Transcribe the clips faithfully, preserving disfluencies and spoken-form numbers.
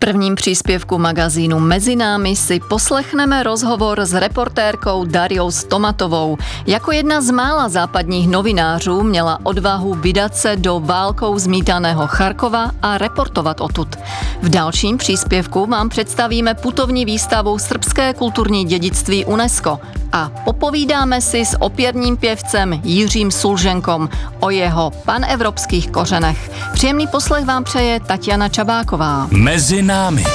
prvním příspěvku magazínu Mezi námi si poslechneme rozhovor s reportérkou Dariou Stomatovou. Jako jedna z mála západních novinářů měla odvahu vydat se do válkou zmítaného Charkova a reportovat odtud. V dalším příspěvku vám představíme putovní výstavu Srbské kulturní dědictví UNESCO a popovídáme si s opěrním pěvcem Jiřím Sulženkom o jeho panevropských kořenech. Příjemný poslech vám přeje Tatiana Čabáková. Mezi námi.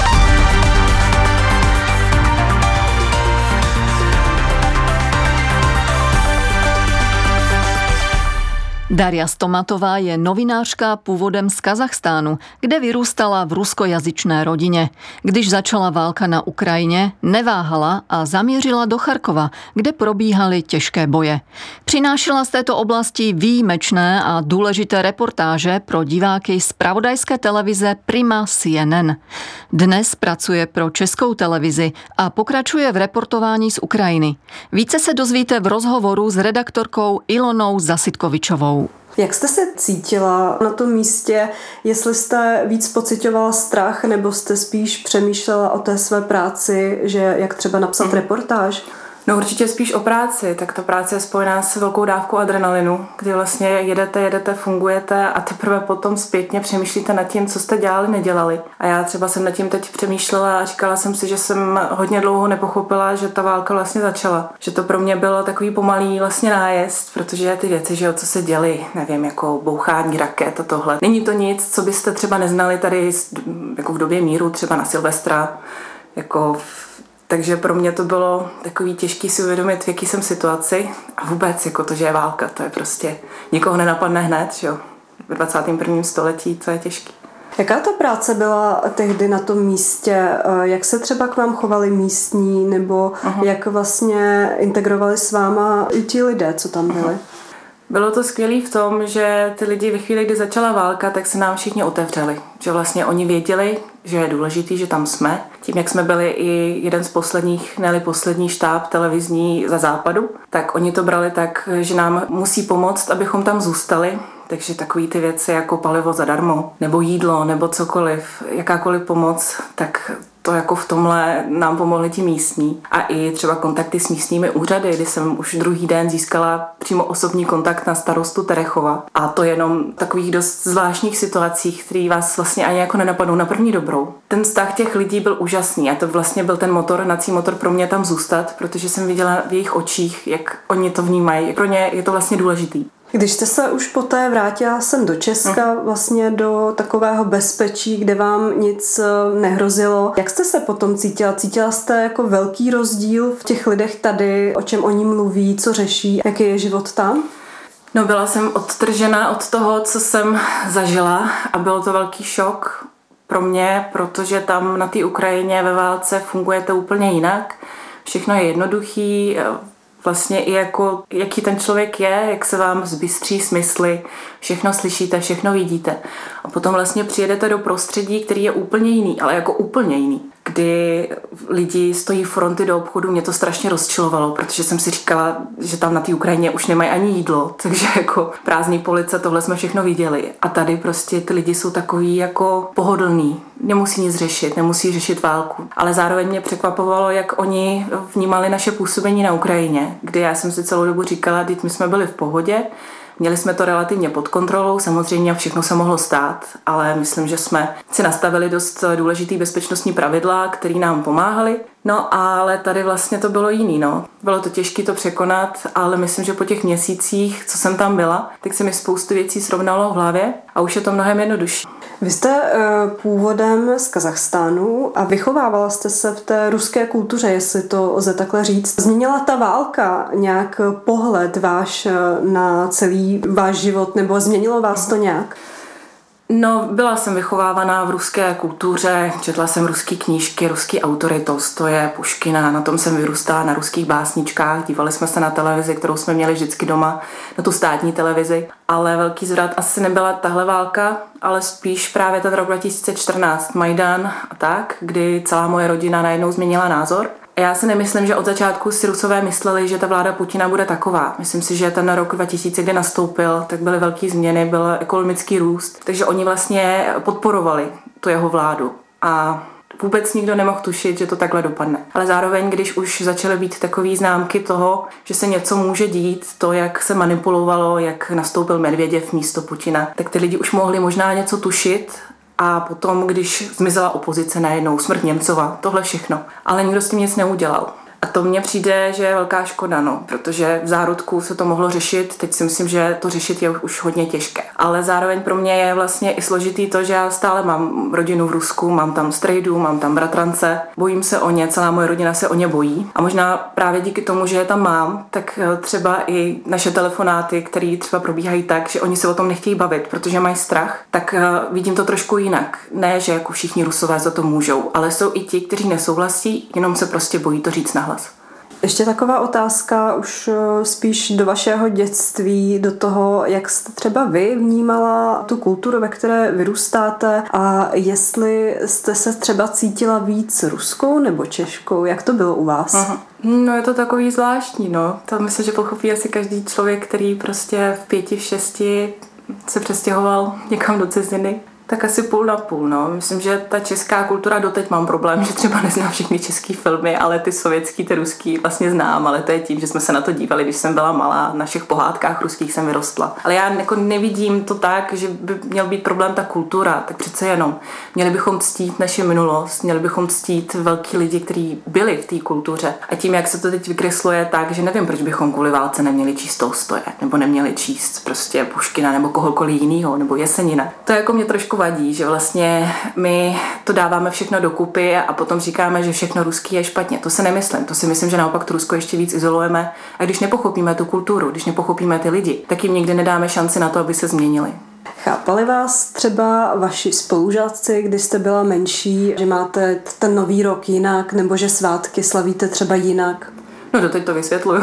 Daria Stomatová je novinářka původem z Kazachstánu, kde vyrůstala v ruskojazyčné rodině. Když začala válka na Ukrajině, neváhala a zamířila do Charkova, kde probíhaly těžké boje. Přinášela z této oblasti výjimečné a důležité reportáže pro diváky zpravodajské televize Prima C N N. Dnes pracuje pro Českou televizi a pokračuje v reportování z Ukrajiny. Více se dozvíte v rozhovoru s redaktorkou Ilonou Zasitkovičovou. Jak jste se cítila na tom místě, jestli jste víc pociťovala strach, nebo jste spíš přemýšlela o té své práci, že jak třeba napsat hmm. reportáž? No určitě spíš o práci, tak ta práce je spojená s velkou dávkou adrenalinu, kdy vlastně jedete, jedete, fungujete a teprve potom zpětně přemýšlíte nad tím, co jste dělali, nedělali. A já třeba jsem nad tím teď přemýšlela a říkala jsem si, že jsem hodně dlouho nepochopila, že ta válka vlastně začala. Že to pro mě bylo takový pomalý vlastně nájezd, protože ty věci, že jo, co se děly, nevím, jako bouchání raket a tohle. Není to nic, co byste třeba neznali tady jako v době míru, třeba na Silvestra, jako takže pro mě to bylo takový těžký si uvědomit, v jaký jsem situaci a vůbec jako to, že je válka, to je prostě nikoho nenapadne hned, že jo, v dvacátém prvním století, to je těžký. Jaká ta práce byla tehdy na tom místě? Jak se třeba k vám chovali místní, nebo uh-huh. jak vlastně integrovali s váma i ti lidé, co tam byli? Uh-huh. Bylo to skvělé v tom, že ty lidi ve chvíli, kdy začala válka, tak se nám všichni otevřeli. Že vlastně oni věděli, že je důležitý, že tam jsme. Tím, jak jsme byli i jeden z posledních, ne-li poslední štáb televizní za západu, tak oni to brali tak, že nám musí pomoct, abychom tam zůstali. Takže takový ty věci jako palivo zadarmo, nebo jídlo, nebo cokoliv, jakákoliv pomoc, tak to jako v tomhle nám pomohli ti místní. A i třeba kontakty s místními úřady, kdy jsem už druhý den získala přímo osobní kontakt na starostu Terechova. A to jenom takových dost zvláštních situacích, které vás vlastně ani jako nenapadnou na první dobrou. Ten vztah těch lidí byl úžasný a to vlastně byl ten motor, hnací motor pro mě tam zůstat, protože jsem viděla v jejich očích, jak oni to vnímají. Pro ně je to vlastně důležitý. Když jste se už poté vrátila sem do Česka, vlastně do takového bezpečí, kde vám nic nehrozilo, jak jste se potom cítila? Cítila jste jako velký rozdíl v těch lidech tady, o čem oni mluví, co řeší, jaký je život tam? No byla jsem odtržena od toho, co jsem zažila a byl to velký šok pro mě, protože tam na té Ukrajině ve válce funguje to úplně jinak. Všechno je jednoduchý, vlastně i jako, jaký ten člověk je, jak se vám zbystří smysly, všechno slyšíte, všechno vidíte. A potom vlastně přijedete do prostředí, který je úplně jiný, ale jako úplně jiný. Kdy lidi stojí fronty do obchodu, mě to strašně rozčilovalo, protože jsem si říkala, že tam na té Ukrajině už nemají ani jídlo, takže jako prázdný police, tohle jsme všechno viděli. A tady prostě ty lidi jsou takový jako pohodlný, nemusí nic řešit, nemusí řešit válku. Ale zároveň mě překvapovalo, jak oni vnímali naše působení na Ukrajině, kdy já jsem si celou dobu říkala, že my jsme byli v pohodě, měli jsme to relativně pod kontrolou, samozřejmě všechno se mohlo stát, ale myslím, že jsme si nastavili dost důležitý bezpečnostní pravidla, které nám pomáhaly. No ale tady vlastně to bylo jiný, no. Bylo to těžké to překonat, ale myslím, že po těch měsících, co jsem tam byla, tak se mi spoustu věcí srovnalo v hlavě a už je to mnohem jednodušší. Vy jste uh, původem z Kazachstánu a vychovávala jste se v té ruské kultuře, jestli to lze takhle říct. Změnila ta válka nějak pohled váš na celý váš život, nebo změnilo vás to nějak? No, byla jsem vychovávaná v ruské kultuře, četla jsem ruské knížky, ruský autory, Tolstoje, Puškina, na tom jsem vyrůstala, na ruských básničkách, dívali jsme se na televizi, kterou jsme měli vždycky doma, na tu státní televizi, ale velký zvrat asi nebyla tahle válka, ale spíš právě ten rok dva tisíce čtrnáct, Majdan a tak, kdy celá moje rodina najednou změnila názor. Já si nemyslím, že od začátku si Rusové mysleli, že ta vláda Putina bude taková. Myslím si, že ten rok dva tisíce, kdy nastoupil, tak byly velké změny, byl ekonomický růst. Takže oni vlastně podporovali tu jeho vládu. A vůbec nikdo nemohl tušit, že to takhle dopadne. Ale zároveň, když už začaly být takové známky toho, že se něco může dít, to, jak se manipulovalo, jak nastoupil Medvěděv místo Putina, tak ty lidi už mohli možná něco tušit. A potom, když zmizela opozice najednou, smrt Němcova, tohle všechno. Ale nikdo s tím nic neudělal. A to mně přijde, že je velká škoda, no, protože v zárodku se to mohlo řešit, teď si myslím, že to řešit je už hodně těžké. Ale zároveň pro mě je vlastně i složitý to, že já stále mám rodinu v Rusku, mám tam strejdu, mám tam bratrance, bojím se o ně, celá moje rodina se o ně bojí. A možná právě díky tomu, že je tam mám, tak třeba i naše telefonáty, které třeba probíhají tak, že oni se o tom nechtějí bavit, protože mají strach, tak vidím to trošku jinak. Ne, že jako všichni Rusové za to můžou, ale jsou i ti, kteří nesouhlasí, jenom se prostě bojí to říct nahlas. Ještě taková otázka už spíš do vašeho dětství, do toho, jak jste třeba vy vnímala tu kulturu, ve které vyrůstáte a jestli jste se třeba cítila víc ruskou nebo češkou, jak to bylo u vás? Aha. No je to takový zvláštní, no. To myslím, že pochopí asi každý člověk, který prostě v pěti, v šesti se přestěhoval někam do ciziny. Tak asi půl na půl, no. Myslím, že ta česká kultura, doteď mám problém, že třeba neznám všechny český filmy, ale ty sovětský, ty ruský vlastně znám, ale to je tím, že jsme se na to dívali, když jsem byla malá, na všech pohádkách ruských jsem vyrostla. Ale já jako nevidím to tak, že by měl být problém ta kultura, tak přece jenom. Měli bychom ctít naši minulost, měli bychom ctít velký lidi, kteří byli v té kultuře. A tím, jak se to teď vykresluje tak, že nevím, proč bychom kvůli válce neměli číst Tolstoje, nebo neměli číst prostě Puškina, nebo kohokoliv jinýho, nebo Jesenina. To jako mě trošku vadí, že vlastně my to dáváme všechno dokupy a potom říkáme, že všechno ruský je špatně. To se nemyslím. To si myslím, že naopak to Rusko ještě víc izolujeme. A když nepochopíme tu kulturu, když nepochopíme ty lidi, tak jim nikdy nedáme šanci na to, aby se změnili. Chápali vás třeba vaši spolužáci, když jste byla menší, že máte ten nový rok jinak, nebo že svátky slavíte třeba jinak? No doteď to vysvětluju.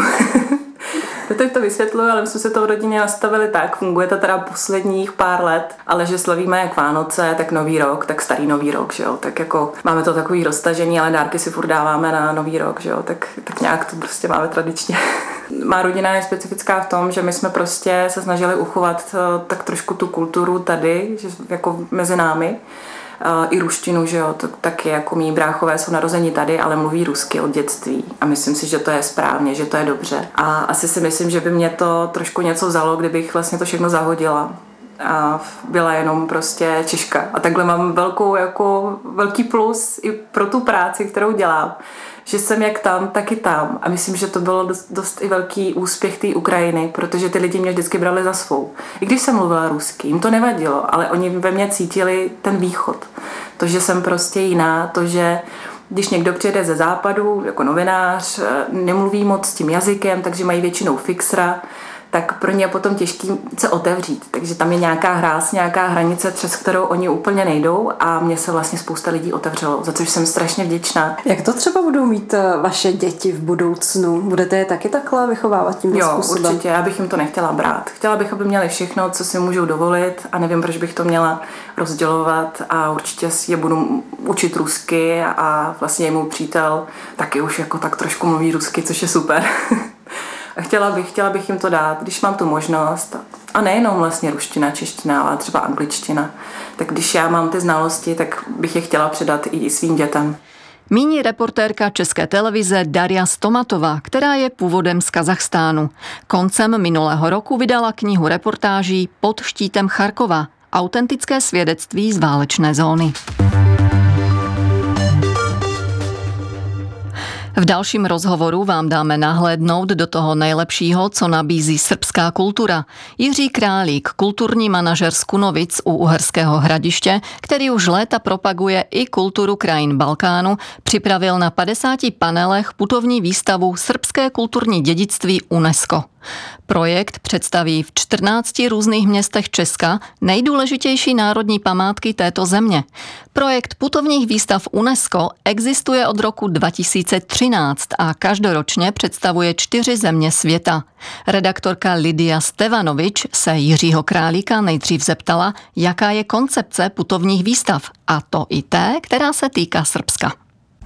Teď to vysvětluju, ale my jsme se to v rodině nastavili tak, funguje to teda posledních pár let, ale že slavíme jak Vánoce, tak Nový rok, tak Starý Nový rok, že jo, tak jako máme to takový roztažení, ale dárky si furt dáváme na Nový rok, že jo, tak, tak nějak to prostě máme tradičně. Má rodina je specifická v tom, že my jsme prostě se snažili uchovat tak trošku tu kulturu tady, že jako mezi námi. I ruštinu, že jo, to taky jako mý bráchové jsou narozeni tady, ale mluví rusky od dětství a myslím si, že to je správně, že to je dobře. A asi si myslím, že by mě to trošku něco vzalo, kdybych vlastně to všechno zahodila a byla jenom prostě Češka. A takhle mám velkou, jako velký plus i pro tu práci, kterou dělám, že jsem jak tam, tak i tam. A myslím, že to bylo dost, dost i velký úspěch té Ukrajiny, protože ty lidi mě vždycky brali za svou. I když jsem mluvila rusky, jim to nevadilo, ale oni ve mně cítili ten východ. To, že jsem prostě jiná, to, že když někdo přijede ze západu jako novinář, nemluví moc tím jazykem, takže mají většinou fixra, tak pro ně je potom těžký se otevřít. Takže tam je nějaká hráz, nějaká hranice, přes kterou oni úplně nejdou a mně se vlastně spousta lidí otevřelo, za což jsem strašně vděčná. Jak to třeba budou mít vaše děti v budoucnu? Budete je taky takhle vychovávat tímto jo, způsobem? Jo, určitě. Já bych jim to nechtěla brát. Chtěla bych, aby měli všechno, co si můžou dovolit a nevím, proč bych to měla rozdělovat a určitě je budu učit rusky a vlastně můj přítel taky už jako tak trošku mluví rusky, což je super. A chtěla bych, chtěla bych jim to dát, když mám tu možnost. A nejenom vlastně ruština, čeština, ale třeba angličtina. Tak když já mám ty znalosti, tak bych je chtěla předat i svým dětem. Míní reportérka České televize Daria Stomatová, která je původem z Kazachstánu. Koncem minulého roku vydala knihu reportáží Pod štítem Charkova. Autentické svědectví z válečné zóny. V dalším rozhovoru vám dáme nahlédnout do toho nejlepšího, co nabízí srbská kultura. Jiří Králík, kulturní manažer z Kunovic u Uherského Hradiště, který už léta propaguje i kulturu krajin Balkánu, připravil na padesáti panelech putovní výstavu Srbské kulturní dědictví UNESCO. Projekt představí v čtrnácti různých městech Česka nejdůležitější národní památky této země. Projekt putovních výstav UNESCO existuje od roku dva tisíce třináct a každoročně představuje čtyři země světa. Redaktorka Lidia Stevanovič se Jiřího Králíka nejdřív zeptala, jaká je koncepce putovních výstav, a to i té, která se týká Srbska.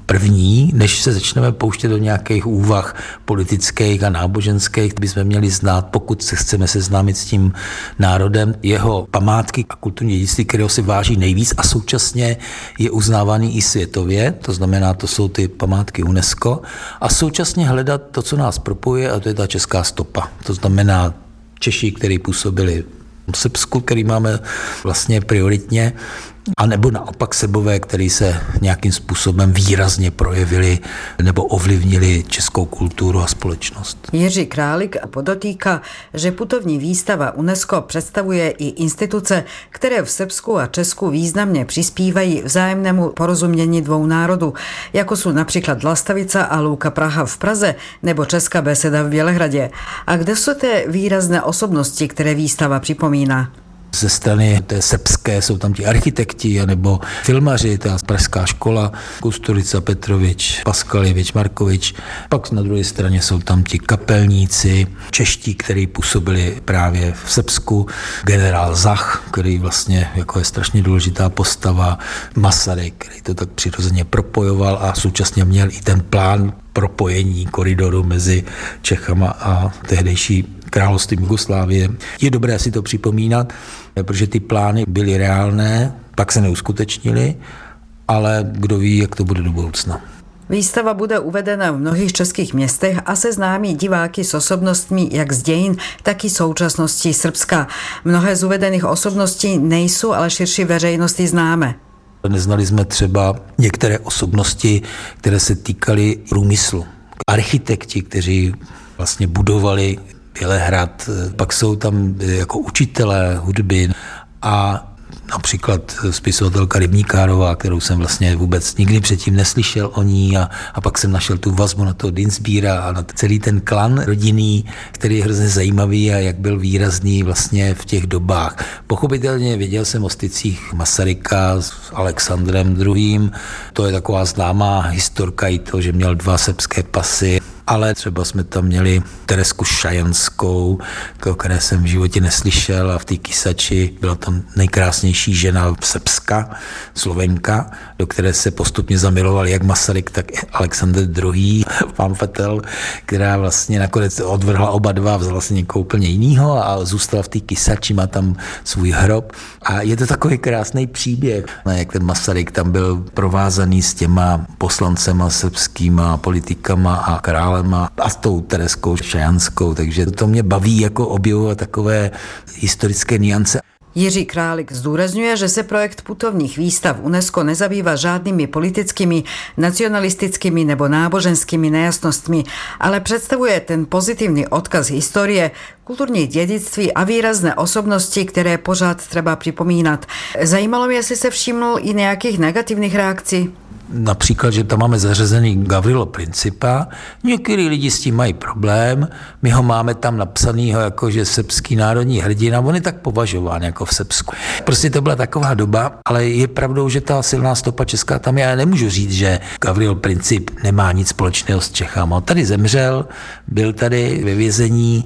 první, než se začneme pouštět do nějakých úvah politických a náboženských, bychom měli znát, pokud se chceme seznámit s tím národem, jeho památky a kulturní dědictví, kterého si váží nejvíc a současně je uznávaný i světově, to znamená, to jsou ty památky UNESCO, a současně hledat to, co nás propojuje, a to je ta česká stopa. To znamená Češi, kteří působili v Srbsku, který máme vlastně prioritně, a nebo naopak Srbové, který se nějakým způsobem výrazně projevili nebo ovlivnili českou kulturu a společnost. Jiří Králik podotýka, že putovní výstava UNESCO představuje i instituce, které v Srbsku a Česku významně přispívají vzájemnému porozumění dvou národů, jako jsou například Lastavica a Louka Praha v Praze nebo Česká beseda v Bělehradě. A kde jsou ty výrazné osobnosti, které výstava připomíná? Ze strany té srbské jsou tam ti architekti nebo filmaři, ta pražská škola, Kusturica, Petrovič, Paskaljevič, Markovič. Pak na druhé straně jsou tam ti kapelníci, čeští, kteří působili právě v Srbsku, generál Zach, který vlastně jako je strašně důležitá postava, Masaryk, který to tak přirozeně propojoval a současně měl i ten plán propojení koridoru mezi Čechama a tehdejší královstvím Jugoslávie. Je dobré si to připomínat, protože ty plány byly reálné, pak se neuskutečnily, ale kdo ví, jak to bude do budoucna. Výstava bude uvedena v mnohých českých městech a seznámí diváky s osobnostmi jak z dějin, tak i současnosti Srbska. Mnohé z uvedených osobností nejsou ale širší veřejnosti známé. Neznali jsme třeba některé osobnosti, které se týkaly průmyslu. Architekti, kteří vlastně budovali Bělehrad, pak jsou tam jako učitelé hudby a například spisovatelka Rybníkárová, kterou jsem vlastně vůbec nikdy předtím neslyšel o ní a, a pak jsem našel tu vazbu na toho Dinsbíra a na celý ten klan rodinný, který je hrozně zajímavý a jak byl výrazný vlastně v těch dobách. Pochopitelně věděl jsem o stycích Masaryka s Alexandrem druhým. To je taková známá historka i to, že měl dva srbské pasy. Ale třeba jsme tam měli Teresku Šajanskou, o které jsem v životě neslyšel, a v té Kysači byla tam nejkrásnější žena Srbska, Slovenka, do které se postupně zamiloval jak Masaryk, tak Alexandr druhý. Pamfetel, která vlastně nakonec odvrhla oba dva, vzala si někoho úplně jinýho a zůstala v té Kysači, má tam svůj hrob. A je to takový krásný příběh, jak ten Masaryk tam byl provázaný s těma poslancema srbskýma, politikama a králem a s tou Tereskou Šajanskou, takže to mě baví jako objevovat takové historické nuance. Jiří Králik zdůrazňuje, že se projekt putovních výstav UNESCO nezabývá žádnými politickými, nacionalistickými nebo náboženskými nejasnostmi, ale představuje ten pozitivní odkaz historie, kulturní dědictví a výrazné osobnosti, které pořád třeba připomínat. Zajímalo mě, jestli se všimnul i nějakých negativních reakcí. Například, že tam máme zařazený Gavrilo Principa. Některý lidi s tím mají problém. My ho máme tam napsanýho jako, že srbský národní hrdina. On je tak považován jako v Srbsku. Prostě to byla taková doba, ale je pravdou, že ta silná stopa česká tam je. Já nemůžu říct, že Gavrilo Princip nemá nic společného s Čechama. On tady zemřel, byl tady ve vězení,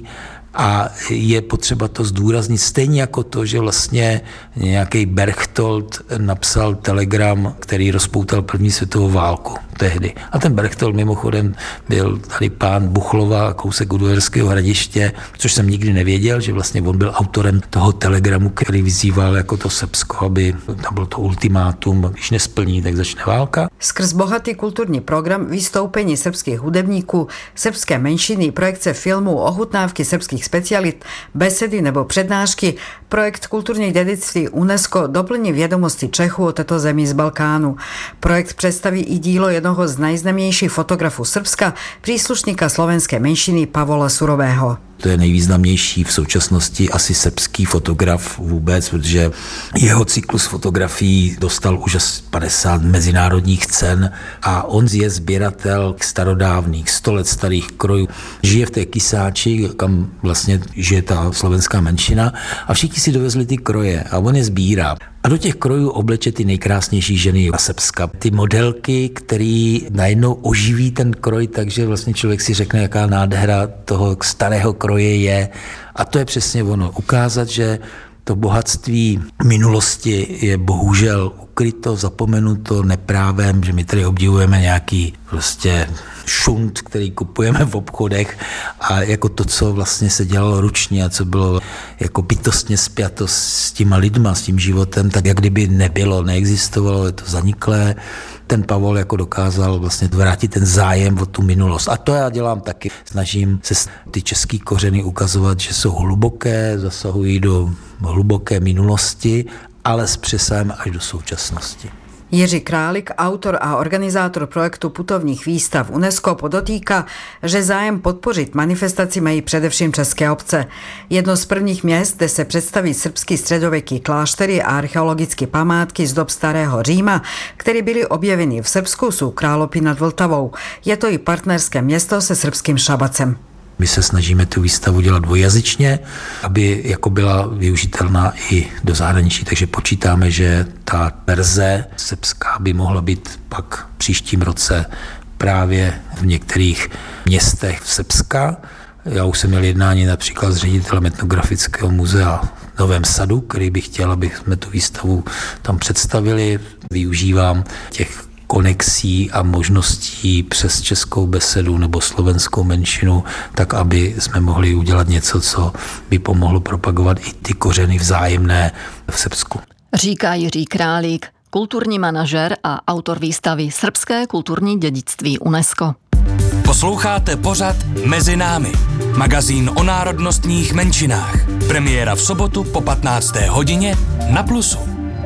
a je potřeba to zdůraznit stejně jako to, že vlastně nějaký Berchtold napsal telegram, který rozpoutal první světovou válku tehdy. A ten Berchtold mimochodem byl tady pán Buchlova, kousek od Uherského Hradiště, což jsem nikdy nevěděl, že vlastně on byl autorem toho telegramu, který vyzýval jako to Srbsko, aby tam bylo to ultimátum, když nesplní, tak začne válka. Skrz bohatý kulturní program, vystoupení srbských hudebníků, srbské menšiny, projekce filmů, ochutnávky srbských specialit, besedy nebo přednášky, projekt kulturních dědictví UNESCO doplní vědomosti Čechů o této zemi z Balkánu. Projekt představí i dílo jednoho z nejznámějších fotografů Srbska, příslušníka slovenské menšiny Pavola Surového. To je nejvýznamnější v současnosti asi srbský fotograf vůbec, protože jeho cyklus fotografií dostal už asi padesát mezinárodních cen a on je sběratel starodávných, sto let starých krojů. Žije v té Kysáči, kam vlastně žije ta slovenská menšina a všichni si dovezli ty kroje a on je sbírá. A do těch krojů obleče ty nejkrásnější ženy Srbska. Ty modelky, které najednou oživí ten kroj, takže vlastně člověk si řekne, jaká nádhera toho starého kroje je. A to je přesně ono. Ukázat, že to bohatství minulosti je bohužel ukryto, zapomenuto neprávem, že my tady obdivujeme nějaký prostě šunt, který kupujeme v obchodech a jako to, co vlastně se dělalo ručně a co bylo jako bytostně spjato s těma lidma, s tím životem, tak jak kdyby nebylo, neexistovalo, je to zaniklé. Ten Pavol jako dokázal vlastně vrátit ten zájem o tu minulost. A to já dělám taky. Snažím se ty český kořeny ukazovat, že jsou hluboké, zasahují do hluboké minulosti, ale s přesahem až do současnosti. Jiří Králik, autor a organizátor projektu putovních výstav UNESCO, podotýká, že zájem podpořit manifestaci mají především české obce. Jedno z prvních měst, kde se představí srbský středověký kláštery a archeologické památky z dob starého Říma, které byly objeveny v Srbsku, jsou Králopy nad Vltavou. Je to i partnerské město se srbským Šabacem. My se snažíme tu výstavu dělat dvojjazyčně, aby jako byla využitelná i do zahraničí, takže počítáme, že ta verze srbská by mohla být pak v příštím roce právě v některých městech v Srbska. Já už jsem měl jednání například s ředitelem etnografického muzea v Novém Sadu, který by chtěl, aby jsme tu výstavu tam představili. Využívám těch konexí a možností přes českou besedu nebo slovenskou menšinu, tak aby jsme mohli udělat něco, co by pomohlo propagovat i ty kořeny vzájemné v Srbsku. Říká Jiří Králík, kulturní manažer a autor výstavy Srbské kulturní dědictví UNESCO. Posloucháte pořad Mezi námi, magazín o národnostních menšinách. Premiéra v sobotu po patnácté hodině na Plusu.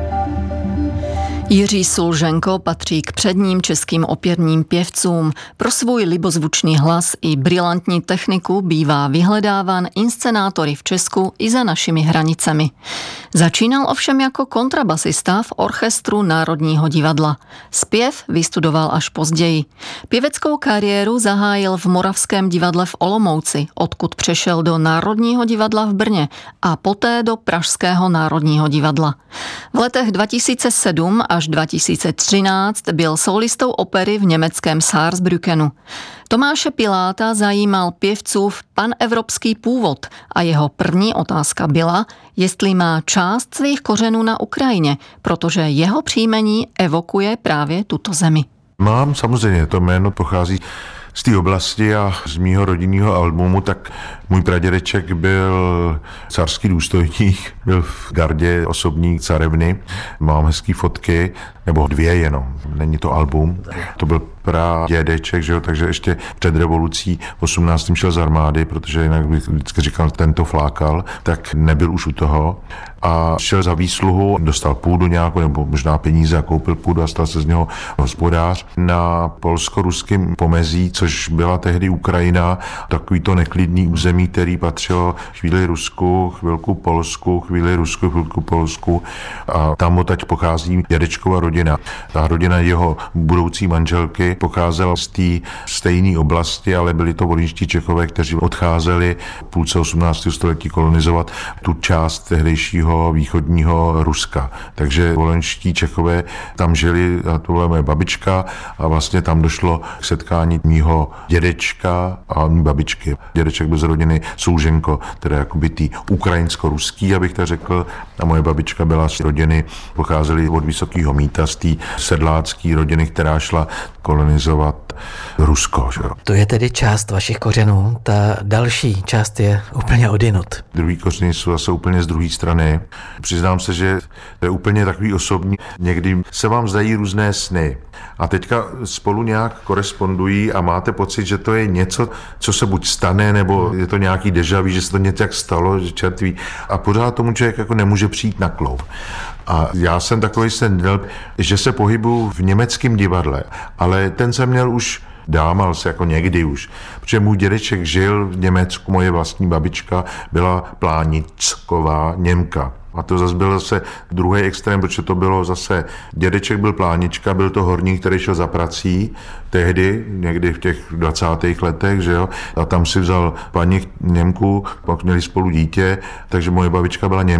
Jiří Sulženko patří k předním českým operním pěvcům. Pro svůj libozvučný hlas i brilantní techniku bývá vyhledáván inscenátory v Česku i za našimi hranicemi. Začínal ovšem jako kontrabasista v orchestru Národního divadla. Zpěv vystudoval až později. Pěveckou kariéru zahájil v Moravském divadle v Olomouci, odkud přešel do Národního divadla v Brně a poté do Pražského Národního divadla. V letech dva tisíce sedm až dva tisíce třináct byl solistou opery v německém Saarbrückenu. Tomáše Piláta zajímal pěvcův panevropský původ a jeho první otázka byla, jestli má část svých kořenů na Ukrajině, protože jeho příjmení evokuje právě tuto zemi. Mám samozřejmě, to jméno pochází z té oblasti a z mýho rodinného albumu, tak můj pradědeček byl carský důstojník, byl v gardě osobní carevny, mám hezký fotky, nebo dvě jenom, není to album, to byl pradědeček, že jo, takže ještě před revolucí v osmnáctém šel z armády, protože jinak bych vždycky říkal, ten to flákal, tak nebyl už u toho a šel za výsluhu, dostal půdu nějakou, nebo možná peníze a koupil půdu a stal se z něho hospodář na polsko-ruském pomezí, což byla tehdy Ukrajina, takový to neklidný území, který patřilo chvíli Rusku, chvilku Polsku, chvíli Rusku, chvilku Polsku a tam odtaď pochází dědečkova rodina. Ta rodina jeho budoucí manželky pocházela z té stejné oblasti, ale byli to volyňští Čechové, kteří odcházeli v půlce osmnáctého století kolonizovat tu část tehdejšího východního Ruska. Takže volyňští Čechové tam žili, a to byla moje babička a vlastně tam došlo k setkání mýho dědečka a mý babičky. Dědeček byl z rodiny Sulženko, teda jakoby tý ukrajinsko-ruský, abych tak řekl, a moje babička byla z rodiny, pocházely od Vysokého Mýta, z té sedlácké rodiny, která šla kolonizovat Rusko. Že? To je tedy část vašich kořenů, ta další část je úplně odinut. Druhý kořeny jsou zase úplně z druhé strany. Přiznám se, že to je úplně takový osobní. Někdy se vám zdají různé sny a teďka spolu nějak korespondují a máte pocit, že to je něco, co se buď stane, nebo je to nějaký déjà vu, že se to něco jak stalo, že čert ví. A pořád tomu člověk jako nemůže přijít na kloub. A já jsem takový sen měl, že se pohybuju v německém divadle, ale ten jsem měl už dámal se jako někdy už, protože můj dědeček žil v Německu, moje vlastní babička byla Plánicková Němka. A to zase byl zase druhý extrém, protože to bylo zase, dědeček byl plánička, byl to horník, který šel za prací tehdy, někdy v těch dvacátých letech, že jo, a tam si vzal paní Němku, pak měli spolu dítě, takže moje babička byla Němka.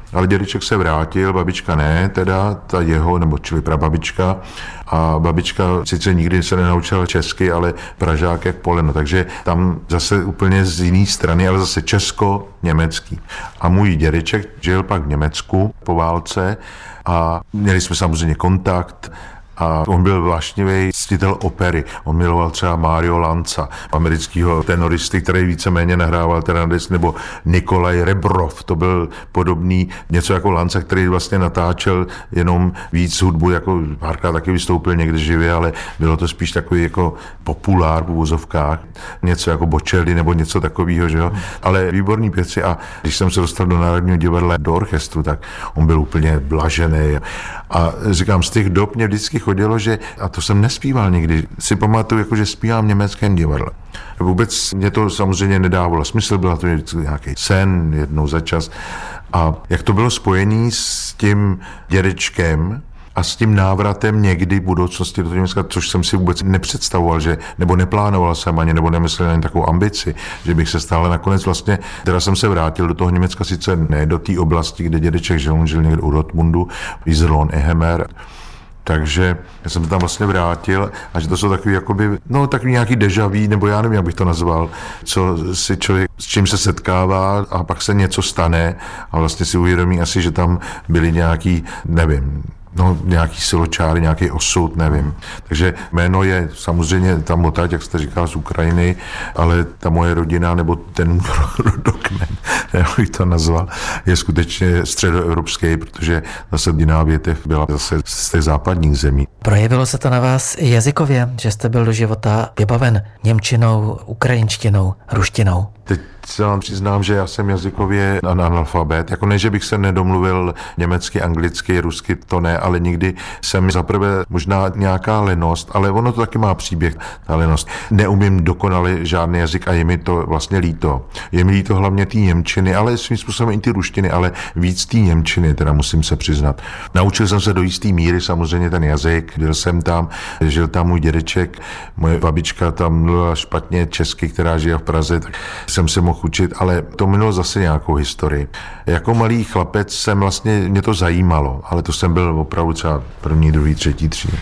ale dědeček se vrátil, babička ne, teda ta jeho, nebo čili prababička, a babička sice nikdy se nenaučila česky, ale Pražák jak poleno, takže tam zase úplně z jiné strany, ale zase česko-německý. A můj dědeček žil pak v Německu po válce a měli jsme samozřejmě kontakt. A on byl vášnivý ctitel opery. On miloval třeba Mario Lanza, amerického tenoristy, který víceméně nahrával teda, nebo Nikolaj Rebrov, to byl podobný, něco jako Lanza, který vlastně natáčel jenom víc hudbu, jako párkrát taky vystoupil někde živě, ale bylo to spíš takový jako populár v uvozovkách, něco jako Bocelli nebo něco takového, že jo. Ale výborní pěvci a když jsem se dostal do Národního divadla, do orchestru, tak on byl úplně blažený. A říkám, z těch dob mě vždycky chodilo, že, a to jsem nespíval nikdy, si pamatuju, jako, že zpívám v německém divadle. Vůbec mě to samozřejmě nedávalo smysl, byla to nějaký sen jednou za čas. A jak to bylo spojené s tím dědečkem a s tím návratem někdy v budoucnosti do Německa, což jsem si vůbec nepředstavoval, že, nebo neplánoval jsem ani, nebo nemyslel ani takovou ambici, že bych se stále nakonec vlastně, teda jsem se vrátil do toho Německa, sice ne do té oblasti, kde dědeček žil, on žil někde u Dortmundu, Iserlohn, Ehemer. Takže já jsem se tam vlastně vrátil a že to jsou takový jakoby, no takový nějaký deja vu, nebo já nevím, jak bych to nazval, co si člověk, s čím se setkává a pak se něco stane a vlastně si uvědomí asi, že tam byly nějaký, nevím, no nějaký siločáry, nějaký osud, nevím. Takže jméno je samozřejmě tam odtaď, jak jste říkal, z Ukrajiny, ale ta moje rodina, nebo ten rodokmen, jak bych to nazval, je skutečně středoevropský, protože zase rodinná větev byla zase z těch západních zemí. Projevilo se to na vás i jazykově, že jste byl do života vybaven němčinou, ukrajinštinou, ruštinou? Teď se vám přiznám, že já jsem jazykově analfabet. Jako ne, že bych se nedomluvil německy, anglicky, rusky, to ne, ale nikdy jsem zaprvé možná nějaká lenost, ale ono to taky má příběh, ta lenost. Neumím dokonale žádný jazyk a je mi to vlastně líto. Je mi líto hlavně té němčiny, ale svým způsobem i ty ruštiny, ale víc té němčiny, teda musím se přiznat. Naučil jsem se do jisté míry samozřejmě ten jazyk, byl jsem tam, žil tam můj dědeček, moje babička tam mluvila špatně česky, která žije v Praze, tak jsem se mohl učit, ale to minulo zase nějakou historii. Jako malý chlapec jsem vlastně, mě to zajímalo, ale to jsem byl opravdu třeba první, druhý, třetí třídy.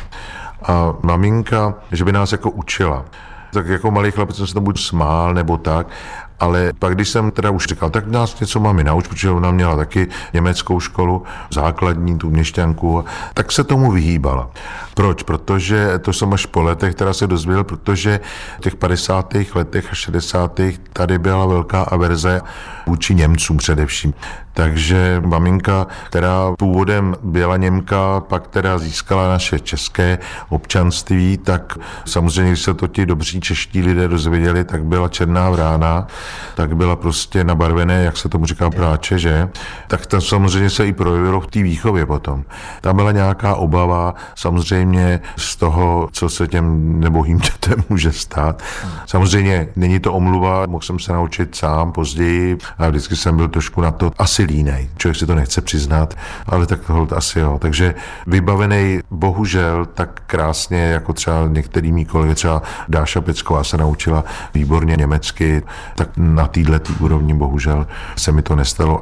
A maminka, že by nás jako učila. Tak jako malý chlapec jsem se to buď smál, nebo tak, ale pak, když jsem teda už říkal, tak nás něco mami nauč, protože ona měla taky německou školu, základní, tu měšťanku, tak se tomu vyhýbala. Proč? Protože to jsem až po letech teda se dozvěděl, protože v těch padesátých letech a šedesátých tady byla velká averze vůči Němcům především. Takže maminka, která původem byla Němka, pak teda získala naše české občanství, tak samozřejmě, když se to ti dobří čeští lidé dozvěděli, tak byla černá vrána, tak byla prostě nabarvené, jak se tomu říká, práče, že? Tak to samozřejmě se i projevilo v té výchově potom. Tam byla nějaká obava samozřejmě z toho, co se těm nebohým dětem může stát. Samozřejmě není to omluva, mohl jsem se naučit sám později a vždycky jsem byl trošku na to asi línej. Člověk si to nechce přiznat, ale tak tohle asi jo. Takže vybavený bohužel tak krásně, jako třeba některý mý kolegy, třeba Dáša Pecková se naučila výborně německy, tak na této úrovni bohužel se mi to nestalo.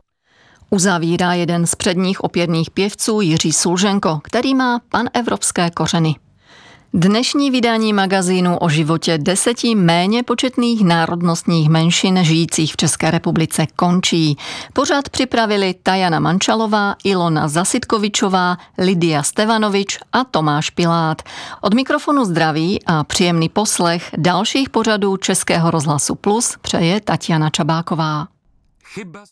Uzavírá jeden z předních opěrných pěvců Jiří Sulženko, který má panevropské kořeny. Dnešní vydání magazínu o životě deseti méně početných národnostních menšin žijících v České republice končí. Pořad připravili Tajana Mančalová, Ilona Zasitkovičová, Lidia Stevanovič a Tomáš Pilát. Od mikrofonu zdraví a příjemný poslech dalších pořadů Českého rozhlasu Plus přeje Tatiana Čabáková. Chyba.